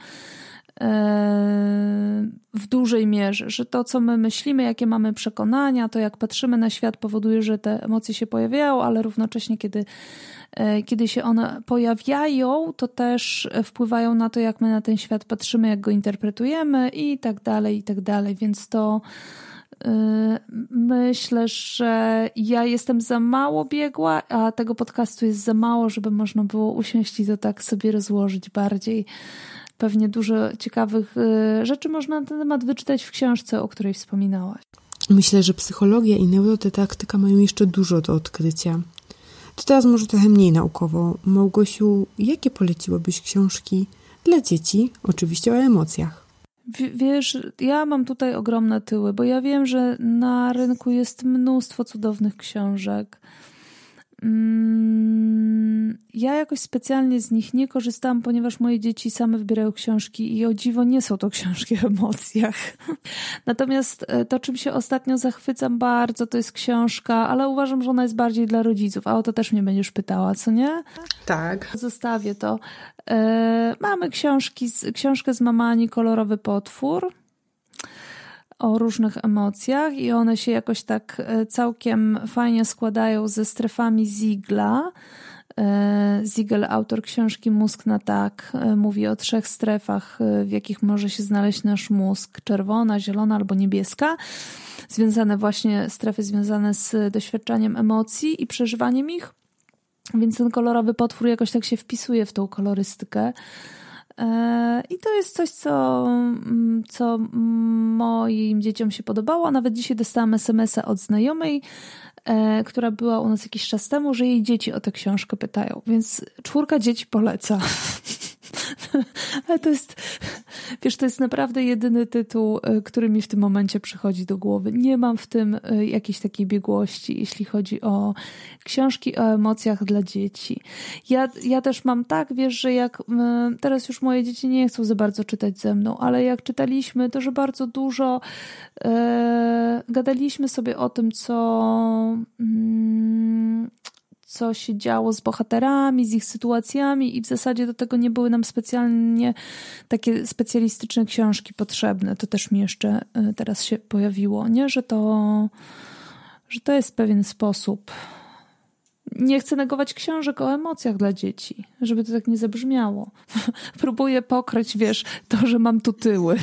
w dużej mierze, że to, co my myślimy, jakie mamy przekonania, to jak patrzymy na świat, powoduje, że te emocje się pojawiają, ale równocześnie, kiedy, kiedy się one pojawiają, to też wpływają na to, jak my na ten świat patrzymy, jak go interpretujemy i tak dalej, i tak dalej. Więc to myślę, że ja jestem za mało biegła, a tego podcastu jest za mało, żeby można było usiąść i to tak sobie rozłożyć bardziej. Pewnie dużo ciekawych rzeczy można na ten temat wyczytać w książce, o której wspominałaś. Myślę, że psychologia i neurodydaktyka mają jeszcze dużo do odkrycia. To teraz może trochę mniej naukowo. Małgosiu, jakie poleciłabyś książki dla dzieci? Oczywiście o emocjach. Wiesz, ja mam tutaj ogromne tyły, bo ja wiem, że na rynku jest mnóstwo cudownych książek. Ja jakoś specjalnie z nich nie korzystałam, ponieważ moje dzieci same wybierają książki i o dziwo nie są to książki o emocjach. Natomiast to, czym się ostatnio zachwycam bardzo, to jest książka, ale uważam, że ona jest bardziej dla rodziców, a o to też mnie będziesz pytała, co nie? Tak. Zostawię to. Mamy książki, książkę z Mamani, Kolorowy potwór, o różnych emocjach i one się jakoś tak całkiem fajnie składają ze strefami Ziegla. Siegel, autor książki Mózg na tak, mówi o trzech strefach, w jakich może się znaleźć nasz mózg. Czerwona, zielona albo niebieska. Związane właśnie, strefy związane z doświadczaniem emocji i przeżywaniem ich. Więc ten kolorowy potwór jakoś tak się wpisuje w tą kolorystykę. I to jest coś, co, co moim dzieciom się podobało. Nawet dzisiaj dostałam es em es a od znajomej, która była u nas jakiś czas temu, że jej dzieci o tę książkę pytają. Więc czwórka dzieci poleca. Ale to jest, wiesz, to jest naprawdę jedyny tytuł, który mi w tym momencie przychodzi do głowy. Nie mam w tym jakiejś takiej biegłości, jeśli chodzi o książki o emocjach dla dzieci. Ja, ja też mam tak, wiesz, że jak teraz już moje dzieci nie chcą za bardzo czytać ze mną, ale jak czytaliśmy, to że bardzo dużo e, gadaliśmy sobie o tym, co... Mm, co się działo z bohaterami, z ich sytuacjami i w zasadzie do tego nie były nam specjalnie takie specjalistyczne książki potrzebne. To też mi jeszcze teraz się pojawiło, nie? Że to, że to jest pewien sposób. Nie chcę negować książek o emocjach dla dzieci, żeby to tak nie zabrzmiało. Próbuję pokryć, wiesz, to, że mam tu tyły.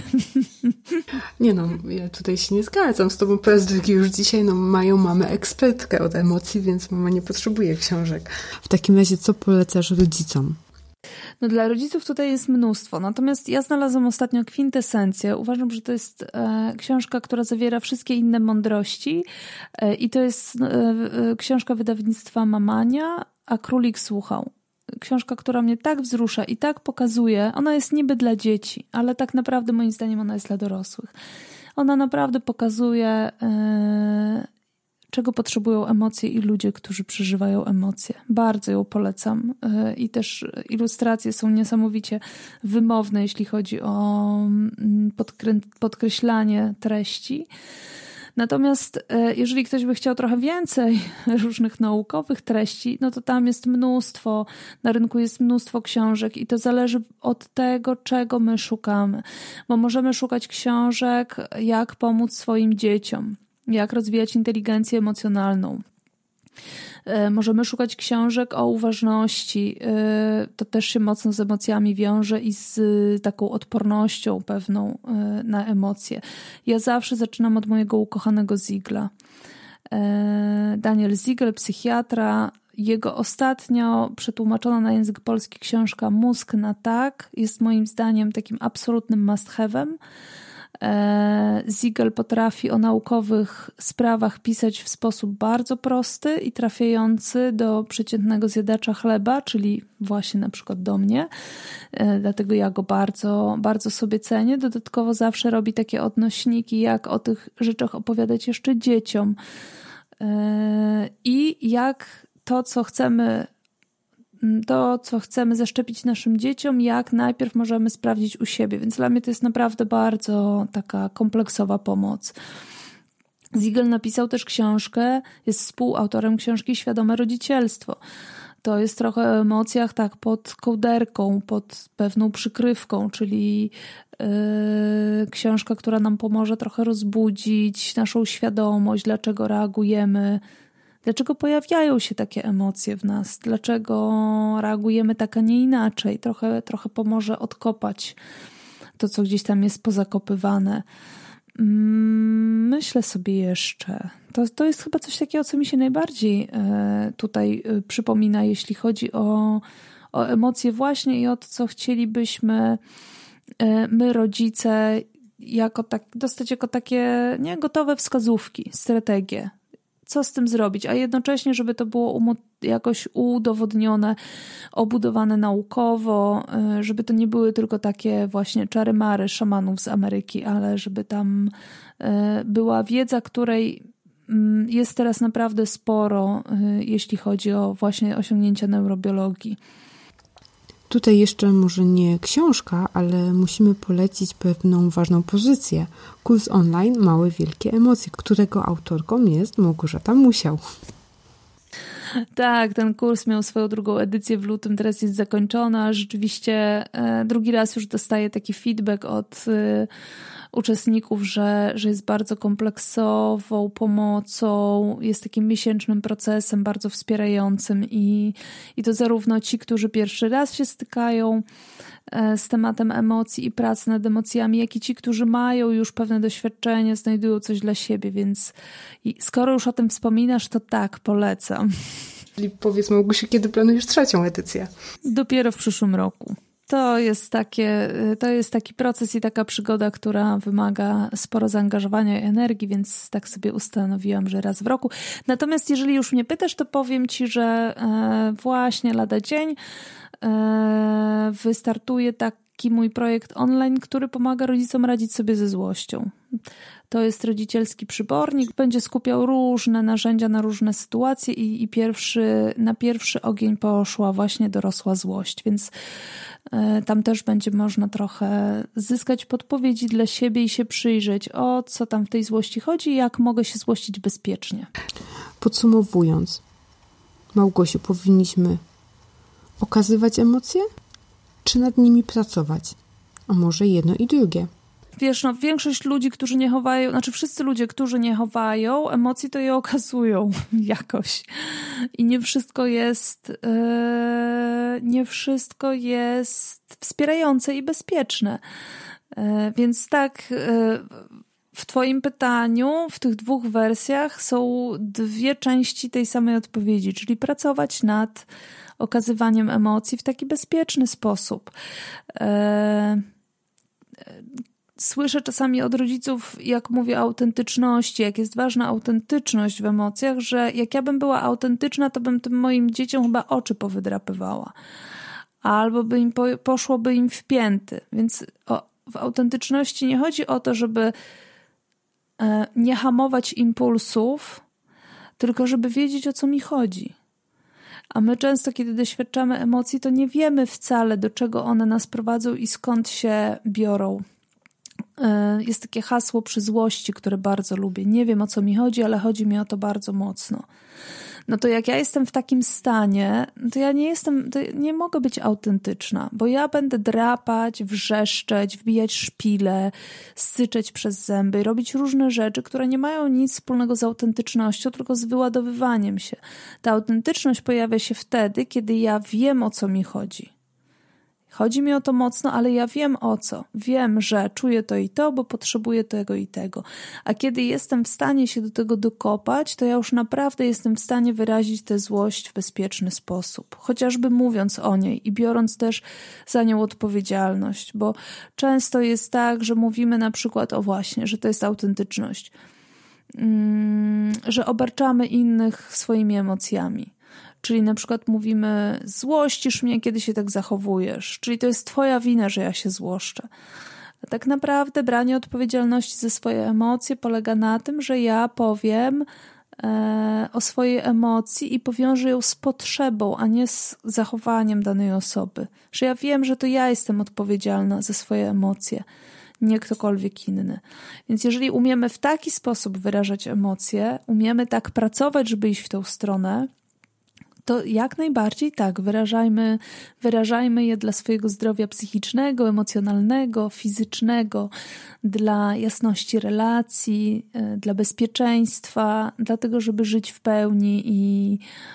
Nie no, ja tutaj się nie zgadzam z tobą. Po raz drugi już dzisiaj no, mają mamę ekspertkę od emocji, więc mama nie potrzebuje książek. W takim razie co polecasz rodzicom? No dla rodziców tutaj jest mnóstwo, natomiast ja znalazłam ostatnio kwintesencję. Uważam, że to jest e, książka, która zawiera wszystkie inne mądrości e, i to jest e, książka wydawnictwa Mamania, a Królik słuchał. Książka, która mnie tak wzrusza i tak pokazuje, ona jest niby dla dzieci, ale tak naprawdę moim zdaniem ona jest dla dorosłych. Ona naprawdę pokazuje... E, czego potrzebują emocje i ludzie, którzy przeżywają emocje. Bardzo ją polecam. I też ilustracje są niesamowicie wymowne, jeśli chodzi o podkrę- podkreślanie treści. Natomiast jeżeli ktoś by chciał trochę więcej różnych naukowych treści, no to tam jest mnóstwo, na rynku jest mnóstwo książek i to zależy od tego, czego my szukamy. Bo możemy szukać książek, jak pomóc swoim dzieciom, jak rozwijać inteligencję emocjonalną. Możemy szukać książek o uważności. To też się mocno z emocjami wiąże i z taką odpornością pewną na emocje. Ja zawsze zaczynam od mojego ukochanego Siegla. Daniel Siegel, psychiatra. Jego ostatnio przetłumaczona na język polski książka Mózg na tak jest moim zdaniem takim absolutnym must have'em. Siegel potrafi o naukowych sprawach pisać w sposób bardzo prosty i trafiający do przeciętnego zjadacza chleba, czyli właśnie na przykład do mnie. Dlatego ja go bardzo, bardzo sobie cenię. Dodatkowo zawsze robi takie odnośniki, jak o tych rzeczach opowiadać jeszcze dzieciom. I jak to, co chcemy to, co chcemy zaszczepić naszym dzieciom, jak najpierw możemy sprawdzić u siebie. Więc dla mnie to jest naprawdę bardzo taka kompleksowa pomoc. Siegel napisał też książkę, jest współautorem książki Świadome rodzicielstwo. To jest trochę o emocjach tak pod kołderką, pod pewną przykrywką, czyli yy, książka, która nam pomoże trochę rozbudzić naszą świadomość, dlaczego reagujemy, dlaczego pojawiają się takie emocje w nas, dlaczego reagujemy tak, a nie inaczej. Trochę, trochę pomoże odkopać to, co gdzieś tam jest pozakopywane. Myślę sobie jeszcze. To, to jest chyba coś takiego, co mi się najbardziej tutaj przypomina, jeśli chodzi o, o emocje właśnie i o to, co chcielibyśmy my, rodzice, jako tak, dostać jako takie nie, gotowe wskazówki, strategie. Co z tym zrobić, a jednocześnie, żeby to było umo- jakoś udowodnione, obudowane naukowo, żeby to nie były tylko takie właśnie czary-mary szamanów z Ameryki, ale żeby tam była wiedza, której jest teraz naprawdę sporo, jeśli chodzi o właśnie osiągnięcia neurobiologii. Tutaj jeszcze może nie książka, ale musimy polecić pewną ważną pozycję. Kurs online Małe Wielkie Emocje, którego autorką jest Małgorzata Musiał. Tak, ten kurs miał swoją drugą edycję w lutym, teraz jest zakończona. Rzeczywiście e, drugi raz już dostaję taki feedback od e, uczestników, że, że jest bardzo kompleksową pomocą, jest takim miesięcznym procesem bardzo wspierającym i, i to zarówno ci, którzy pierwszy raz się stykają z tematem emocji i pracy nad emocjami, jak i ci, którzy mają już pewne doświadczenie, znajdują coś dla siebie, więc skoro już o tym wspominasz, to tak, polecam. Czyli powiedz, Małgosiu, kiedy planujesz trzecią edycję? Dopiero w przyszłym roku. To jest, takie, to jest taki proces i taka przygoda, która wymaga sporo zaangażowania i energii, więc tak sobie ustanowiłam, że raz w roku. Natomiast jeżeli już mnie pytasz, to powiem ci, że właśnie lada dzień wystartuje taki mój projekt online, który pomaga rodzicom radzić sobie ze złością. To jest rodzicielski przybornik, będzie skupiał różne narzędzia na różne sytuacje i, i pierwszy, na pierwszy ogień poszła właśnie dorosła złość, więc y, tam też będzie można trochę zyskać podpowiedzi dla siebie i się przyjrzeć, o co tam w tej złości chodzi i jak mogę się złościć bezpiecznie. Podsumowując, Małgosiu, powinniśmy okazywać emocje, czy nad nimi pracować? A może jedno i drugie? Wiesz, no większość ludzi, którzy nie chowają, znaczy wszyscy ludzie, którzy nie chowają emocji, to je okazują jakoś. I nie wszystko jest, yy, nie wszystko jest wspierające i bezpieczne. Yy, więc tak, yy, w twoim pytaniu, w tych dwóch wersjach są dwie części tej samej odpowiedzi, czyli pracować nad okazywaniem emocji w taki bezpieczny sposób. Yy, Słyszę czasami od rodziców, jak mówię o autentyczności, jak jest ważna autentyczność w emocjach, że jak ja bym była autentyczna, to bym tym moim dzieciom chyba oczy powydrapywała. Albo by im po, poszłoby im w pięty. Więc o, w autentyczności nie chodzi o to, żeby e, nie hamować impulsów, tylko żeby wiedzieć, o co mi chodzi. A my często, kiedy doświadczamy emocji, to nie wiemy wcale, do czego one nas prowadzą i skąd się biorą. Jest takie hasło przy złości, które bardzo lubię. Nie wiem, o co mi chodzi, ale chodzi mi o to bardzo mocno. No to jak ja jestem w takim stanie, to ja nie jestem, to nie mogę być autentyczna, bo ja będę drapać, wrzeszczeć, wbijać szpile, syczeć przez zęby, robić różne rzeczy, które nie mają nic wspólnego z autentycznością, tylko z wyładowywaniem się. Ta autentyczność pojawia się wtedy, kiedy ja wiem, o co mi chodzi. Chodzi mi o to mocno, ale ja wiem o co. Wiem, że czuję to i to, bo potrzebuję tego i tego. A kiedy jestem w stanie się do tego dokopać, to ja już naprawdę jestem w stanie wyrazić tę złość w bezpieczny sposób. Chociażby mówiąc o niej i biorąc też za nią odpowiedzialność. Bo często jest tak, że mówimy na przykład o właśnie, że to jest autentyczność. Hmm, że obarczamy innych swoimi emocjami. Czyli na przykład mówimy, złościsz mnie, kiedy się tak zachowujesz. Czyli to jest twoja wina, że ja się złoszczę. A tak naprawdę branie odpowiedzialności za swoje emocje polega na tym, że ja powiem e, o swojej emocji i powiążę ją z potrzebą, a nie z zachowaniem danej osoby. Że ja wiem, że to ja jestem odpowiedzialna za swoje emocje, nie ktokolwiek inny. Więc jeżeli umiemy w taki sposób wyrażać emocje, umiemy tak pracować, żeby iść w tą stronę, to jak najbardziej tak, wyrażajmy, wyrażajmy je dla swojego zdrowia psychicznego, emocjonalnego, fizycznego, dla jasności relacji, dla bezpieczeństwa, dlatego żeby żyć w pełni i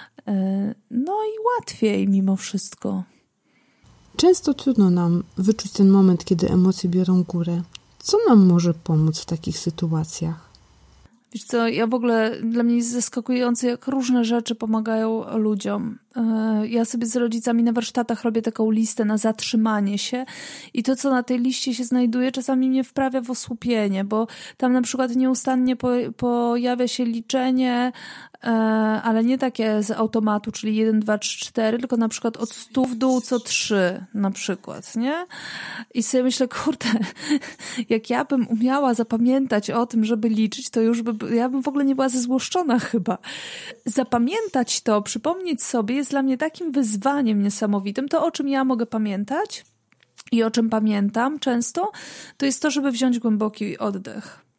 no i łatwiej mimo wszystko. Często trudno nam wyczuć ten moment, kiedy emocje biorą górę. Co nam może pomóc w takich sytuacjach? Wiesz co, ja w ogóle, dla mnie jest zaskakujące, jak różne rzeczy pomagają ludziom. Ja sobie z rodzicami na warsztatach robię taką listę na zatrzymanie się i to, co na tej liście się znajduje, czasami mnie wprawia w osłupienie, bo tam na przykład nieustannie po, pojawia się liczenie, ale nie takie z automatu, czyli jeden, dwa, trzy, cztery, tylko na przykład od stu w dół co trzy na przykład, nie? I sobie myślę, kurde, jak ja bym umiała zapamiętać o tym, żeby liczyć, to już by, ja bym w ogóle nie była zezłoszczona chyba. Zapamiętać to, przypomnieć sobie jest dla mnie takim wyzwaniem niesamowitym. To, o czym ja mogę pamiętać i o czym pamiętam często, to jest to, żeby wziąć głęboki oddech.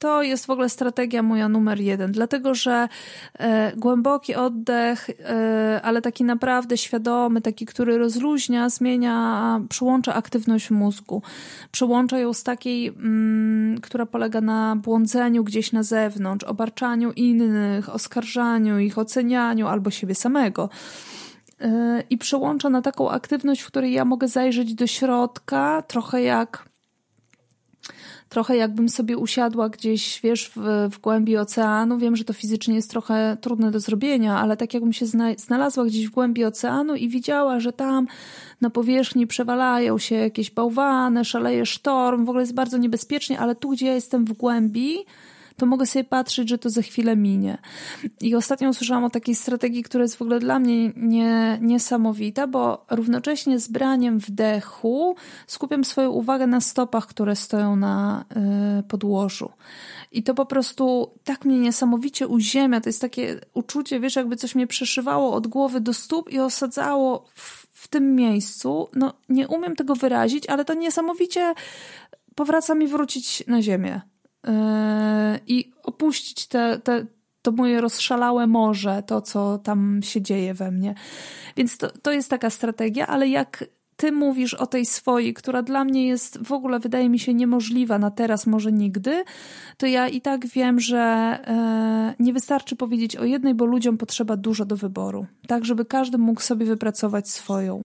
to jest w ogóle strategia moja numer jeden, dlatego że e, głęboki oddech, e, ale taki naprawdę świadomy, taki, który rozluźnia, zmienia, przyłącza aktywność mózgu. Przyłącza ją z takiej, mm, która polega na błądzeniu gdzieś na zewnątrz, obarczaniu innych, oskarżaniu ich, ocenianiu albo siebie samego. I przełącza na taką aktywność, w której ja mogę zajrzeć do środka, trochę jak trochę jakbym sobie usiadła gdzieś, wiesz, w, w głębi oceanu. Wiem, że to fizycznie jest trochę trudne do zrobienia, ale tak jakbym się zna, znalazła gdzieś w głębi oceanu i widziała, że tam na powierzchni przewalają się jakieś bałwany, szaleje sztorm, w ogóle jest bardzo niebezpiecznie, ale tu, gdzie ja jestem w głębi, to mogę sobie patrzeć, że to za chwilę minie. I ostatnio usłyszałam o takiej strategii, która jest w ogóle dla mnie nie, niesamowita, bo równocześnie z braniem wdechu skupiam swoją uwagę na stopach, które stoją na y, podłożu. I to po prostu tak mnie niesamowicie uziemia. To jest takie uczucie, wiesz, jakby coś mnie przeszywało od głowy do stóp i osadzało w, w tym miejscu. No, nie umiem tego wyrazić, ale to niesamowicie powraca mi wrócić na ziemię. I opuścić te, te, to moje rozszalałe morze, to co tam się dzieje we mnie. Więc to, to jest taka strategia, ale jak ty mówisz o tej swojej, która dla mnie jest w ogóle, wydaje mi się, niemożliwa na teraz, może nigdy, to ja i tak wiem, że e, nie wystarczy powiedzieć o jednej, bo ludziom potrzeba dużo do wyboru. Tak, żeby każdy mógł sobie wypracować swoją.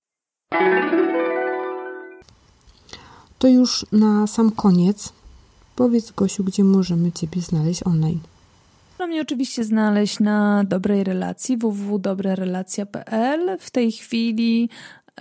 To już na sam koniec. Powiedz, Gosiu, gdzie możemy Ciebie znaleźć online? Można mnie oczywiście znaleźć na Dobrej Relacji, w w w kropka dobra relacja kropka p l. W tej chwili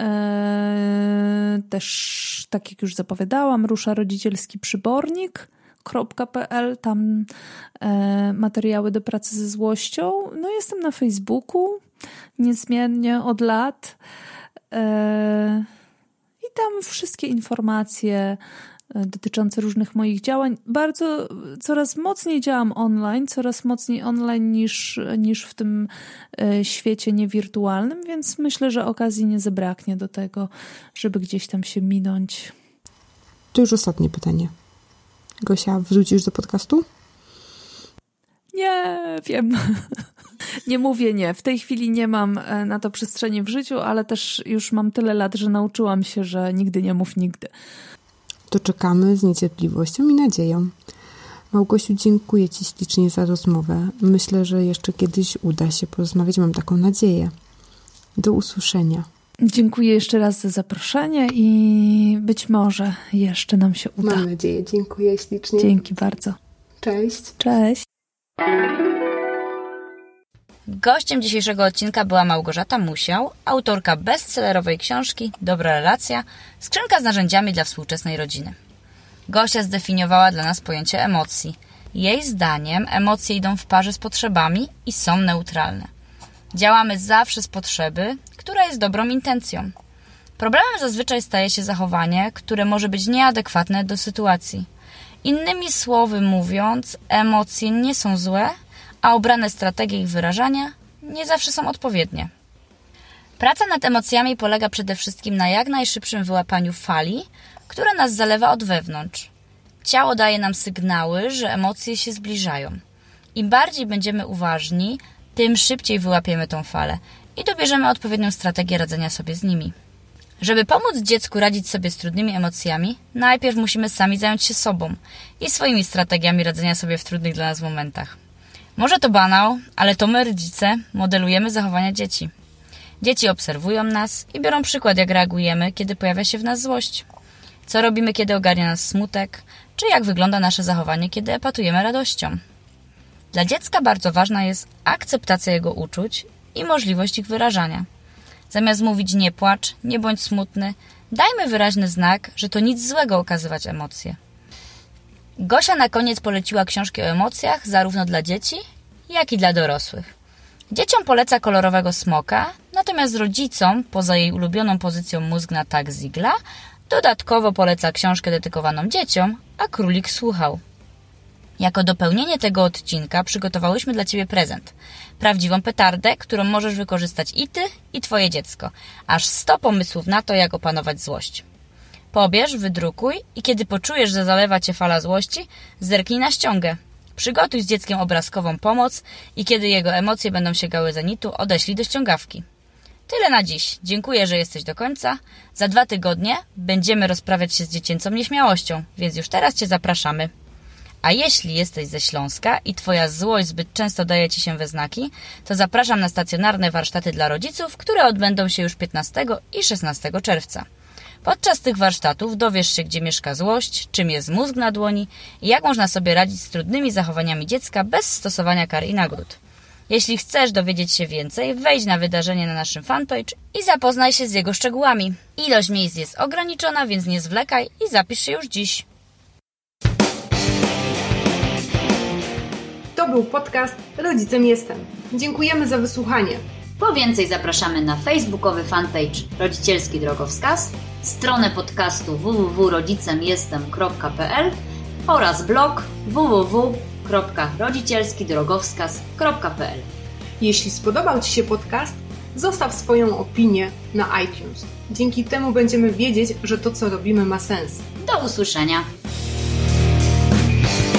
e, też, tak jak już zapowiadałam, rusza rodzicielski przybornik kropka p l. Tam e, materiały do pracy ze złością. No, jestem na Facebooku niezmiennie od lat. E, I tam wszystkie informacje dotyczące różnych moich działań. Bardzo, coraz mocniej działam online, coraz mocniej online niż, niż w tym świecie niewirtualnym, więc myślę, że okazji nie zabraknie do tego, żeby gdzieś tam się minąć. To już ostatnie pytanie. Gosia, wrzucisz do podcastu? Nie, wiem. Nie mówię nie. W tej chwili nie mam na to przestrzeni w życiu, ale też już mam tyle lat, że nauczyłam się, że nigdy nie mów nigdy. To czekamy z niecierpliwością i nadzieją. Małgosiu, dziękuję Ci ślicznie za rozmowę. Myślę, że jeszcze kiedyś uda się porozmawiać. Mam taką nadzieję. Do usłyszenia. Dziękuję jeszcze raz za zaproszenie i być może jeszcze nam się uda. Mam nadzieję. Dziękuję ślicznie. Dzięki bardzo. Cześć. Cześć. Gościem dzisiejszego odcinka była Małgorzata Musiał, autorka bestsellerowej książki Dobra Relacja, skrzynka z narzędziami dla współczesnej rodziny. Gosia zdefiniowała dla nas pojęcie emocji. Jej zdaniem emocje idą w parze z potrzebami i są neutralne. Działamy zawsze z potrzeby, która jest dobrą intencją. Problemem zazwyczaj staje się zachowanie, które może być nieadekwatne do sytuacji. Innymi słowy mówiąc, emocje nie są złe, a obrane strategie ich wyrażania nie zawsze są odpowiednie. Praca nad emocjami polega przede wszystkim na jak najszybszym wyłapaniu fali, która nas zalewa od wewnątrz. Ciało daje nam sygnały, że emocje się zbliżają. Im bardziej będziemy uważni, tym szybciej wyłapiemy tą falę i dobierzemy odpowiednią strategię radzenia sobie z nimi. Żeby pomóc dziecku radzić sobie z trudnymi emocjami, najpierw musimy sami zająć się sobą i swoimi strategiami radzenia sobie w trudnych dla nas momentach. Może to banał, ale to my, rodzice, modelujemy zachowania dzieci. Dzieci obserwują nas i biorą przykład, jak reagujemy, kiedy pojawia się w nas złość. Co robimy, kiedy ogarnia nas smutek, czy jak wygląda nasze zachowanie, kiedy epatujemy radością. Dla dziecka bardzo ważna jest akceptacja jego uczuć i możliwość ich wyrażania. Zamiast mówić nie płacz, nie bądź smutny, dajmy wyraźny znak, że to nic złego okazywać emocje. Gosia na koniec poleciła książki o emocjach zarówno dla dzieci, jak i dla dorosłych. Dzieciom poleca kolorowego smoka, natomiast rodzicom, poza jej ulubioną pozycją mózg na tak Ziegla, dodatkowo poleca książkę dedykowaną dzieciom, a królik słuchał. Jako dopełnienie tego odcinka przygotowałyśmy dla Ciebie prezent. Prawdziwą petardę, którą możesz wykorzystać i Ty, i Twoje dziecko. Aż sto pomysłów na to, jak opanować złość. Pobierz, wydrukuj i kiedy poczujesz, że zalewa Cię fala złości, zerknij na ściągę. Przygotuj z dzieckiem obrazkową pomoc i kiedy jego emocje będą sięgały zenitu, odeślij do ściągawki. Tyle na dziś. Dziękuję, że jesteś do końca. Za dwa tygodnie będziemy rozprawiać się z dziecięcą nieśmiałością, więc już teraz Cię zapraszamy. A jeśli jesteś ze Śląska i Twoja złość zbyt często daje Ci się we znaki, to zapraszam na stacjonarne warsztaty dla rodziców, które odbędą się już piętnastego i szesnastego czerwca. Podczas tych warsztatów dowiesz się, gdzie mieszka złość, czym jest mózg na dłoni i jak można sobie radzić z trudnymi zachowaniami dziecka bez stosowania kar i nagród. Jeśli chcesz dowiedzieć się więcej, wejdź na wydarzenie na naszym fanpage i zapoznaj się z jego szczegółami. Ilość miejsc jest ograniczona, więc nie zwlekaj i zapisz się już dziś. To był podcast Rodzicem Jestem. Dziękujemy za wysłuchanie. Po więcej zapraszamy na facebookowy fanpage Rodzicielski Drogowskaz, stronę podcastu w w w kropka rodzicem jestem kropka p l oraz blog w w w kropka rodzicielski drogowskaz kropka p l. Jeśli spodobał Ci się podcast, zostaw swoją opinię na iTunes. Dzięki temu będziemy wiedzieć, że to, co robimy, ma sens. Do usłyszenia!